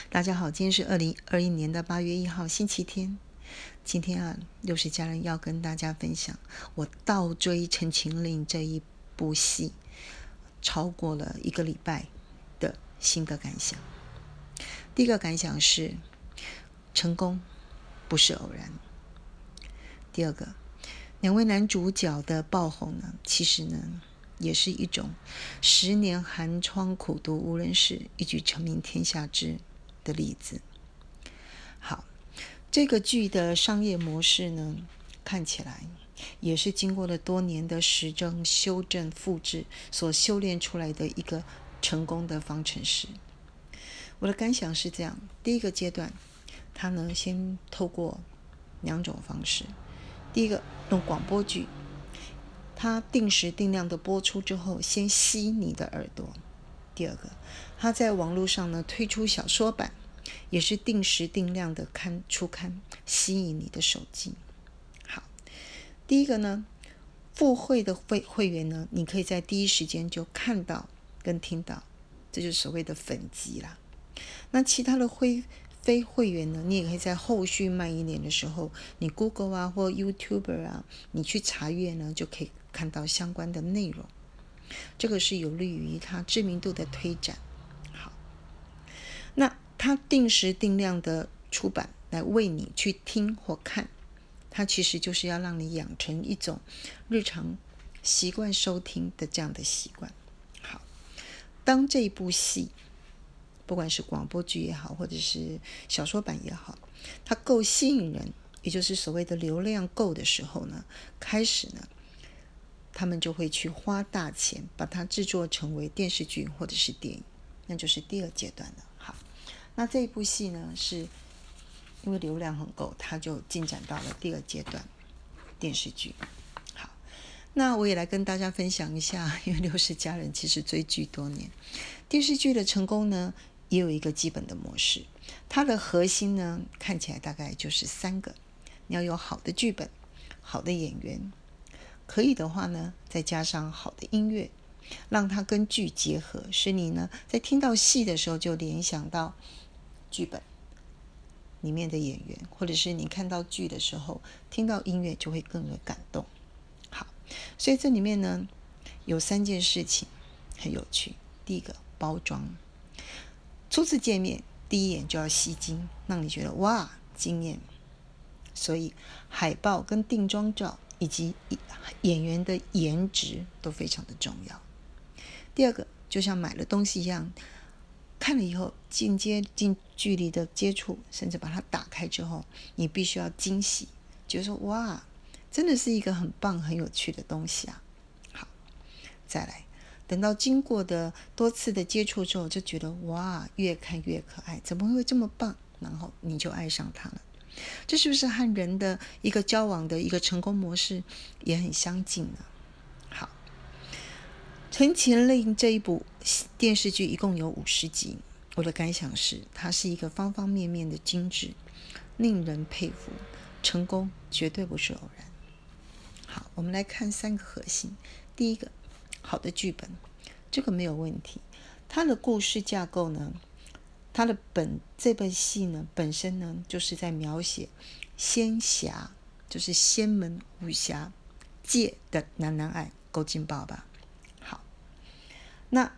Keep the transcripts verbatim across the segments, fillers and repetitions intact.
大家好，今天是二零二一年的八月一号，星期天。今天啊，六十家人要跟大家分享我倒追《陈情令》这一部戏，超过了一个礼拜的心得感想。第一个感想是，成功不是偶然。第二个，两位男主角的爆红呢，其实呢，也是一种十年寒窗苦读无人识，一举成名天下知的例子。好，这个剧的商业模式呢，看起来也是经过了多年的实证、修正、复制所修炼出来的一个成功的方程式。我的感想是这样：第一个阶段，他呢先透过两种方式，第一个用广播剧，它定时定量的播出之后，先吸你的耳朵；第二个，它在网络上呢推出小说版，也是定时定量的刊出刊，吸引你的手机。好，第一个呢，付费的会会员呢，你可以在第一时间就看到跟听到，这就是所谓的粉级啦。那其他的会非会员呢，你也可以在后续慢一点的时候，你 Google 啊或 YouTuber 啊，你去查阅呢，就可以看到相关的内容。这个是有利于它知名度的推展。好，那它定时定量的出版来为你去听或看，它其实就是要让你养成一种日常习惯收听的这样的习惯。好，当这一部戏不管是广播剧也好，或者是小说版也好，它够吸引人，也就是所谓的流量够的时候呢，开始呢，他们就会去花大钱把它制作成为电视剧或者是电影，那就是第二阶段了。好，那这一部戏呢，是因为流量很够，它就进展到了第二阶段，电视剧。好，那我也来跟大家分享一下，因为六十家人其实追剧多年，电视剧的成功呢，也有一个基本的模式，它的核心呢，看起来大概就是三个：你要有好的剧本、好的演员，可以的话呢，再加上好的音乐，让它跟剧结合，使你呢在听到戏的时候就联想到剧本里面的演员，或者是你看到剧的时候听到音乐就会更有感动。好，所以这里面呢有三件事情很有趣。第一个，包装，初次见面第一眼就要吸睛，让你觉得哇惊艳，所以海报跟定妆照以及演员的颜值都非常的重要。第二个，就像买了东西一样，看了以后近接近距离的接触，甚至把它打开之后，你必须要惊喜，觉得说哇真的是一个很棒很有趣的东西啊。好，再来，等到经过的多次的接触之后，就觉得哇越看越可爱，怎么会这么棒，然后你就爱上它了。这是不是和人的一个交往的一个成功模式也很相近呢？好，《陈情令》这一部电视剧一共有五十集，我的感想是它是一个方方面面的精致，令人佩服，成功绝对不是偶然。好，我们来看三个核心。第一个，好的剧本，这个没有问题。它的故事架构呢，它的本这部戏呢本身呢就是在描写仙侠，就是仙门武侠界的男男爱，够劲爆吧？好，那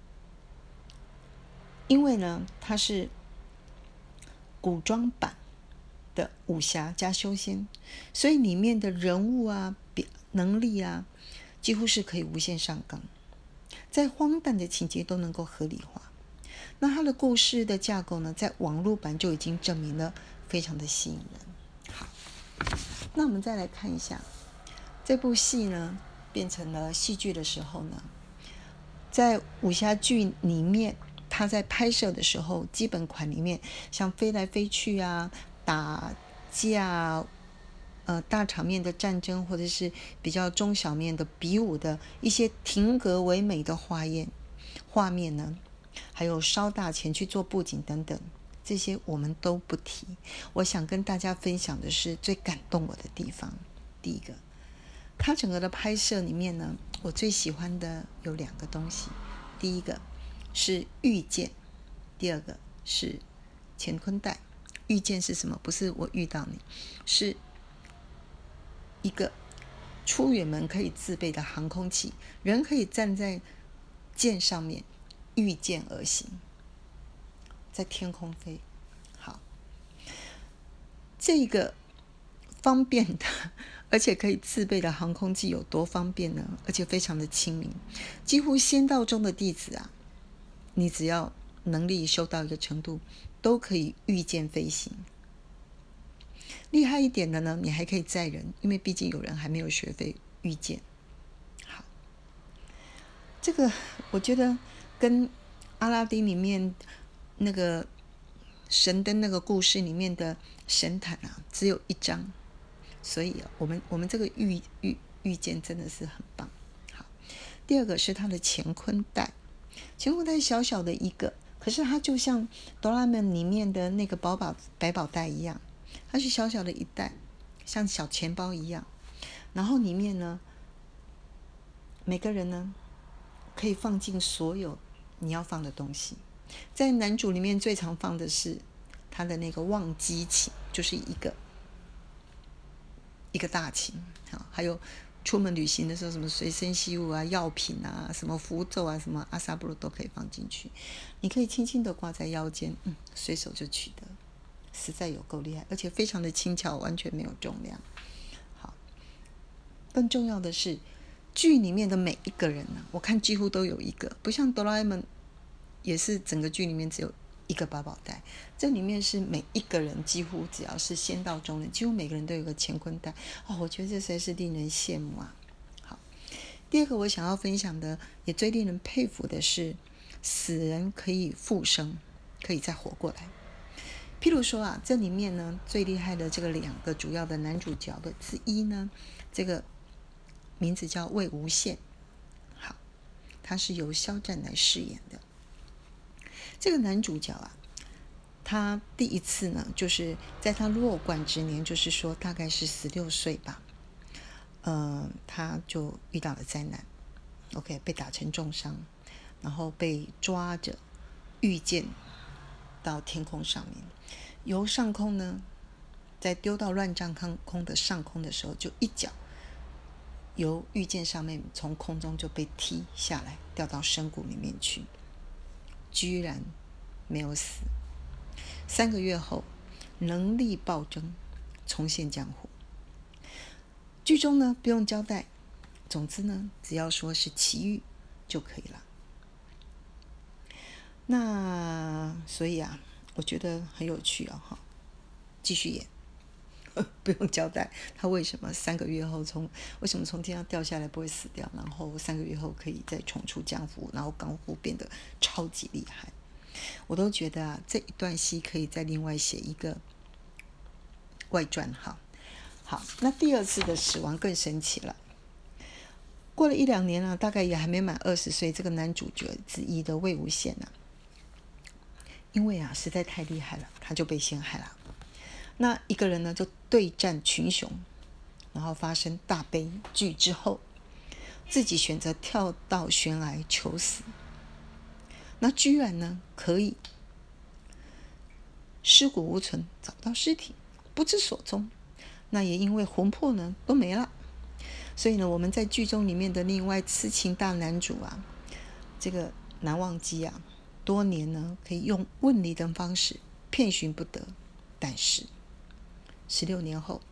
因为呢它是古装版的武侠加修仙，所以里面的人物啊、能力啊，几乎是可以无限上纲，在荒诞的情节都能够合理化。那它的故事的架构呢，在网络版就已经证明了非常的吸引人。好，那我们再来看一下这部戏呢，变成了戏剧的时候呢，在武侠剧里面，它在拍摄的时候，基本款里面像飞来飞去啊、打架、呃大场面的战争，或者是比较中小面的比武的一些停格唯美的画面画面呢，还有烧大钱去做布景等等，这些我们都不提。我想跟大家分享的是最感动我的地方。第一个，它整个的拍摄里面呢，我最喜欢的有两个东西。第一个是遇见，第二个是乾坤袋。遇见是什么？不是我遇到你，是一个出远门可以自备的航空器，人可以站在舰上面御剑而行，在天空飞。好，这个方便的而且可以自备的航空器有多方便呢？而且非常的亲民，几乎仙道中的弟子啊，你只要能力修到一个程度，都可以御剑飞行。厉害一点的呢，你还可以载人，因为毕竟有人还没有学会御剑。好，这个我觉得跟阿拉丁里面那个神灯那个故事里面的神坛啊，只有一张，所以、啊、我们我们这个御御御剑真的是很棒。好，第二个是它的乾坤袋，乾坤袋小小的一个，可是它就像哆啦 A 梦里面的那个宝宝百宝袋一样，它是小小的一袋，像小钱包一样，然后里面呢，每个人呢可以放进所有你要放的东西。在男主里面最常放的是他的那个忘机琴，就是一个一个大琴，还有出门旅行的时候，什么随身携物啊、药品啊、什么符咒啊、什么阿萨布鲁都可以放进去。你可以轻轻的挂在腰间，嗯，随手就取得，实在有够厉害，而且非常的轻巧，完全没有重量。好，更重要的是，剧里面的每一个人呢、啊，我看几乎都有一个，不像哆啦 A 梦，也是整个剧里面只有一个宝宝袋，这里面是每一个人几乎只要是仙道中人，几乎每个人都有个乾坤袋。哦，我觉得这实在是令人羡慕啊。好，第二个我想要分享的，也最令人佩服的是，死人可以复生，可以再活过来。譬如说啊，这里面呢最厉害的这个两个主要的男主角的之一呢，这个名字叫魏无羡。好，他是由肖战来饰演的。这个男主角啊，他第一次呢，就是在他弱冠之年，就是说大概是十六岁吧，呃，他就遇到了灾难 ，OK， 被打成重伤，然后被抓着御剑到天空上面，由上空呢，在丢到乱葬空的上空的时候，就一脚由御剑上面从空中就被踢下来，掉到深谷里面去。居然没有死，三个月后能力暴增，重现江湖。剧中呢不用交代，总之呢只要说是奇遇就可以了。那所以啊，我觉得很有趣啊、哦，继续演，不用交代他为什么三个月后从为什么从天上掉下来不会死掉，然后三个月后可以再重出江湖，然后江湖变得超级厉害。我都觉得啊，这一段戏可以再另外写一个外传。好，好，那第二次的死亡更神奇了。过了一两年了、啊，大概也还没满二十岁，这个男主角之一的魏无羡啊，因为啊实在太厉害了，他就被陷害了。那一个人呢，就对战群雄，然后发生大悲剧之后，自己选择跳到悬崖求死。那居然呢可以尸骨无存，找不到尸体，不知所踪。那也因为魂魄呢都没了，所以呢我们在剧中里面的另外痴情大男主啊，这个难忘机啊，多年呢可以用问离的方式遍寻不得，但是十六年后，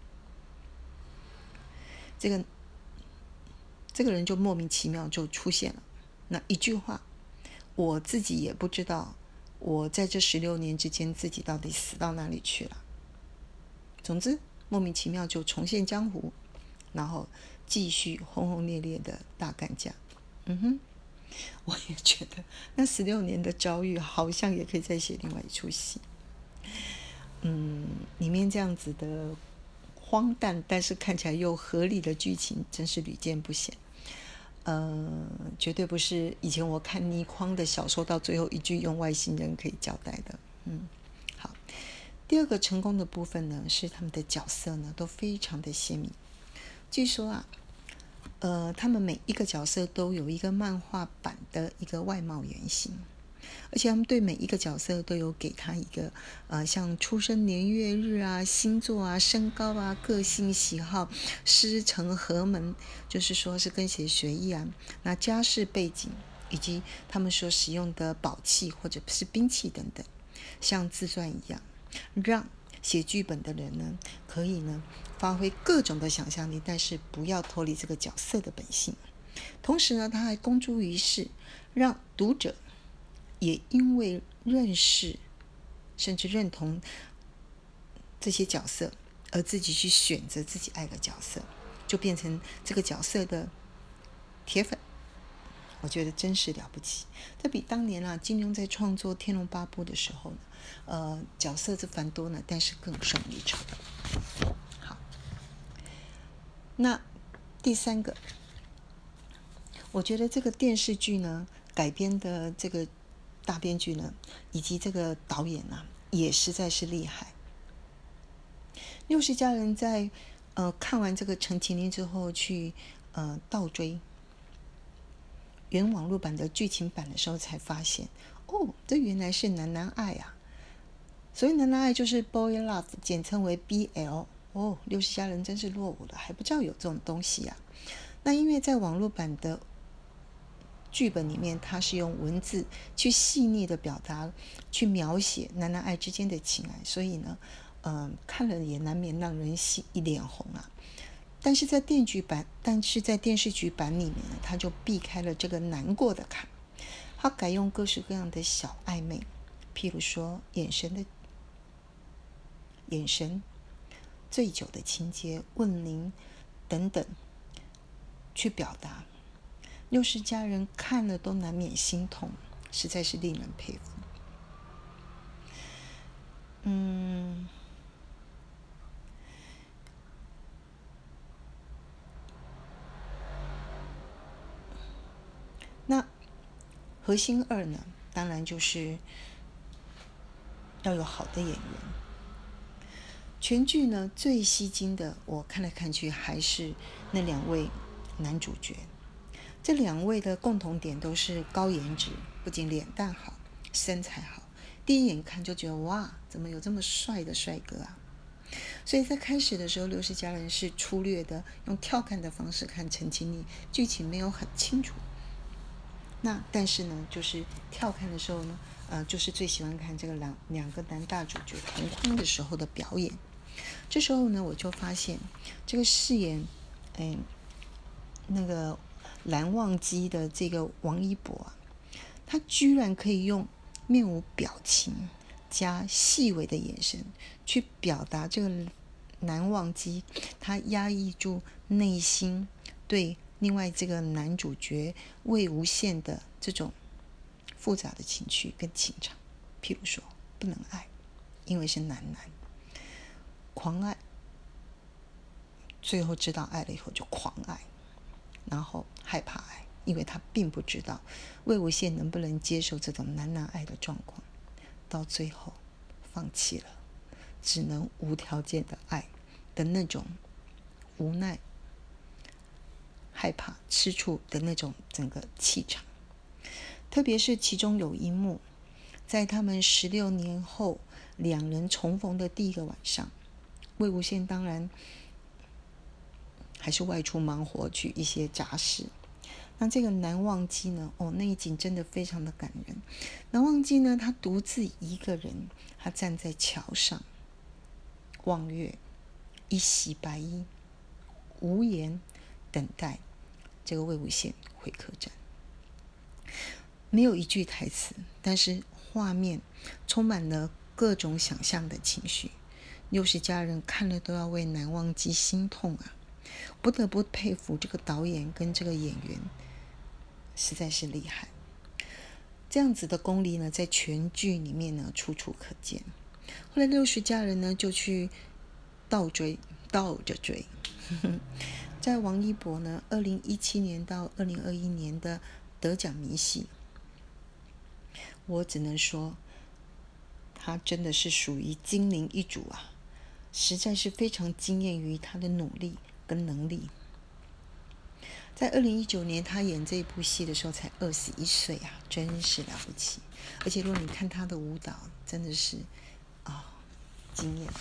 这个这个人就莫名其妙就出现了。那一句话，我自己也不知道，我在这十六年之间自己到底死到哪里去了。总之，莫名其妙就重现江湖，然后继续轰轰烈烈的大干架。嗯哼，我也觉得那十六年的遭遇好像也可以再写另外一出戏。嗯，里面这样子的荒诞但是看起来又合理的剧情真是屡见不鲜。呃，绝对不是以前我看倪匡的小说到最后一句用外星人可以交代的。嗯，好，第二个成功的部分呢，是他们的角色呢都非常的鲜明。据说啊，呃，他们每一个角色都有一个漫画版的一个外貌原型。 而且他们对每一个角色都有给他一个呃，像出生年月日啊、星座啊、身高啊、个性喜好、师承何门，就是说是跟谁学艺啊，那家世背景以及他们所使用的宝器或者是兵器等等，像自传一样，让写剧本的人呢可以呢发挥各种的想象力，但是不要脱离这个角色的本性。同时呢，他还公诸于世，让读者也因为认识甚至认同这些角色，而自己去选择自己爱的角色，就变成这个角色的铁粉。我觉得真是了不起。这比当年啊金庸在创作《天龙八部》的时候呢，呃，角色是繁多呢，但是更胜一筹。好，那第三个，我觉得这个电视剧呢改编的这个大编剧呢，以及这个导演啊，也实在是厉害。六十家人在呃看完这个《陈情令》之后，去呃倒追原网络版的剧情版的时候，才发现哦，这原来是男男爱啊！所以男男爱就是 boy love， 简称为 B L。哦，六十家人真是落伍了，还不知道有这种东西啊！那因为在网络版的剧本里面，它是用文字去细腻的表达，去描写男男爱之间的情爱，所以呢，呃，看了也难免让人心一脸红啊。但是在电剧版，但是在电视剧版里面呢，他就避开了这个难过的坎，他改用各式各样的小暧昧，譬如说眼神的眼神、醉酒的情节、问灵等等，去表达。六十家人看了都难免心痛，实在是令人佩服。嗯，那核心二呢，当然就是要有好的演员。全剧呢最吸睛的，我看来看去还是那两位男主角。这两位的共同点都是高颜值，不仅脸蛋好，身材好，第一眼看就觉得哇，怎么有这么帅的帅哥啊！所以在开始的时候，刘氏家人是粗略的用跳看的方式看《陈情令》，剧情没有很清楚。那但是呢，就是跳看的时候呢，呃，就是最喜欢看这个两两个男大主角同框的时候的表演。这时候呢，我就发现这个饰演，嗯，那个蓝忘机的这个王一博啊，他居然可以用面无表情加细微的眼神去表达这个蓝忘机他压抑住内心对另外这个男主角魏无羡的这种复杂的情绪跟情长。譬如说不能爱，因为是男男，狂爱，最后知道爱了以后就狂爱，然后害怕爱，因为他并不知道魏无羡能不能接受这种男男爱的状况，到最后放弃了，只能无条件的爱的那种无奈、害怕、吃醋的那种整个气场。特别是其中有一幕，在他们十六年后两人重逢的第一个晚上，魏无羡当然还是外出忙活去一些杂事。那这个南忘机呢，哦，那一景真的非常的感人。南忘机呢，他独自一个人，他站在桥上望月，一袭白衣，无言等待这个魏无羡回客栈。没有一句台词，但是画面充满了各种想象的情绪。六十家人看了都要为南忘机心痛啊！不得不佩服这个导演跟这个演员，实在是厉害。这样子的功力呢，在全剧里面呢处处可见。后来六十家人呢就去倒追，倒着追。在王一博呢，二零一七年到二零二一年的得奖迷戏，我只能说，他真的是属于精灵一族啊，实在是非常惊艳于他的努力跟能力。 在二零一九年他演这部戏的时候才二十一岁啊，真是了不起。而且如果你看他的舞蹈，真的是啊、哦、惊艳。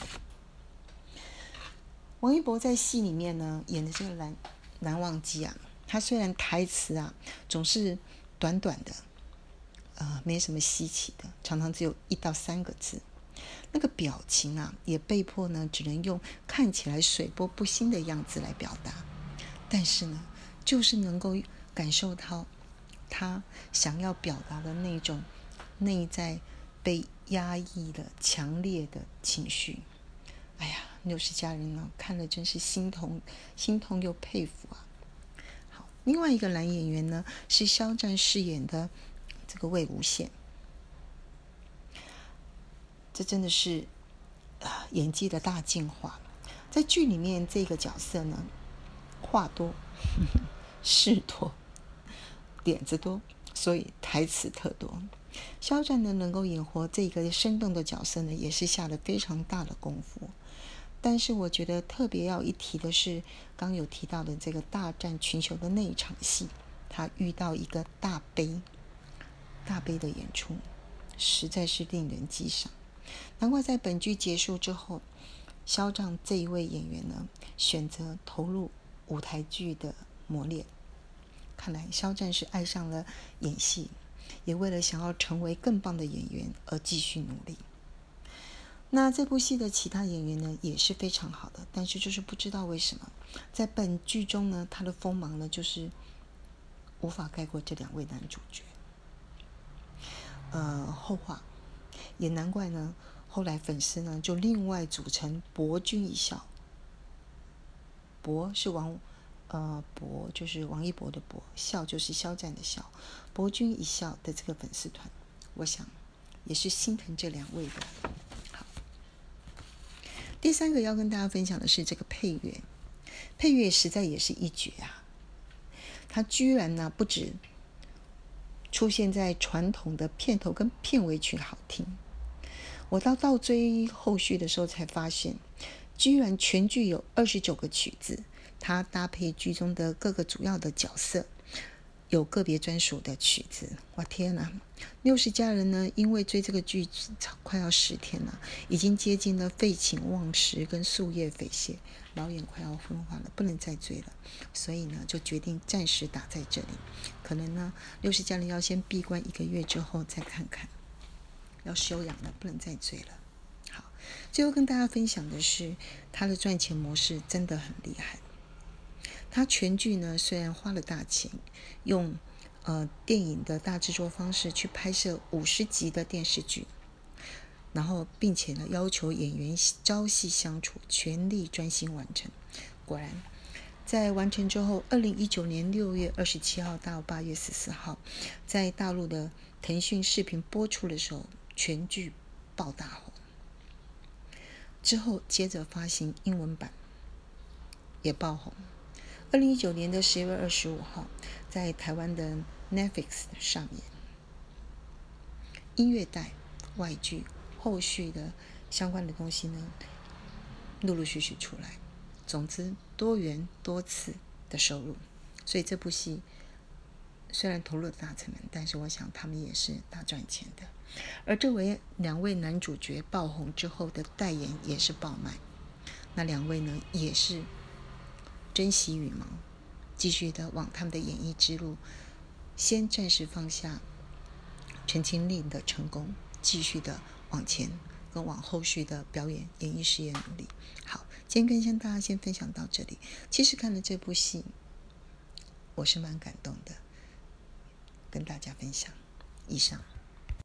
王一博在戏里面呢演的这个蓝蓝忘机啊，他虽然台词啊总是短短的，呃，没什么稀奇的，常常只有一到三个字，那个表情啊也被迫呢只能用看起来水波不兴的样子来表达，但是呢就是能够感受到他想要表达的那种内在被压抑的强烈的情绪。哎呀，六十家人呢看了真是心痛心痛又佩服啊。好，另外一个男演员呢是肖战饰演的这个魏无羡，这真的是、呃、演技的大进化。在剧里面这个角色呢话多事多点子多，所以台词特多。肖战呢能够演活这个生动的角色呢，也是下了非常大的功夫。但是我觉得特别要一提的是，刚有提到的这个大战群雄的那一场戏，他遇到一个大悲大悲的演出，实在是令人激赏。难怪在本剧结束之后，肖战这一位演员呢选择投入舞台剧的磨练。看来肖战是爱上了演戏，也为了想要成为更棒的演员而继续努力。那这部戏的其他演员呢也是非常好的，但是就是不知道为什么在本剧中呢，他的锋芒呢就是无法盖过这两位男主角。呃，后话也难怪呢，后来粉丝呢就另外组成博君一笑，博是王呃博就是王一博的博，笑就是肖战的笑，博君一笑的这个粉丝团，我想也是心疼这两位的。好，第三个要跟大家分享的是这个配乐，配乐实在也是一绝啊！它居然呢不止出现在传统的片头跟片尾曲好听，我到倒追后续的时候才发现，居然全剧有二十九个曲子，它搭配剧中的各个主要的角色，有个别专属的曲子。哇天哪！六十家人呢，因为追这个剧快要十天了，已经接近了废寝忘食跟夙夜匪懈，老眼快要昏花了，不能再追了，所以呢就决定暂时打在这里。可能呢六十家人要先闭关一个月之后再看看，要休养了，不能再追了。好，最后跟大家分享的是，它的赚钱模式真的很厉害。它全剧呢虽然花了大钱，用呃电影的大制作方式去拍摄五十集的电视剧，然后并且呢要求演员朝夕相处，全力专心完成。果然在完成之后，二零一九年六月二十七号到八月十四号，在大陆的腾讯视频播出的时候，全剧爆大红。之后接着发行英文版，也爆红。二零一九年的十月二十五号，在台湾的 Netflix 上面，音乐带、外剧、后续的相关的东西呢，陆陆续续出来。总之，多元多次的收入，所以这部戏虽然投入了大成本，但是我想他们也是大赚钱的。而这位两位男主角爆红之后的代言也是爆卖，那两位呢也是珍惜羽毛，继续的往他们的演艺之路，先暂时放下陈情令的成功，继续的往前跟往后续的表演演艺事业努力。好，今天跟大家先分享到这里。其实看了这部戏，我是蛮感动的，跟大家分享。以上。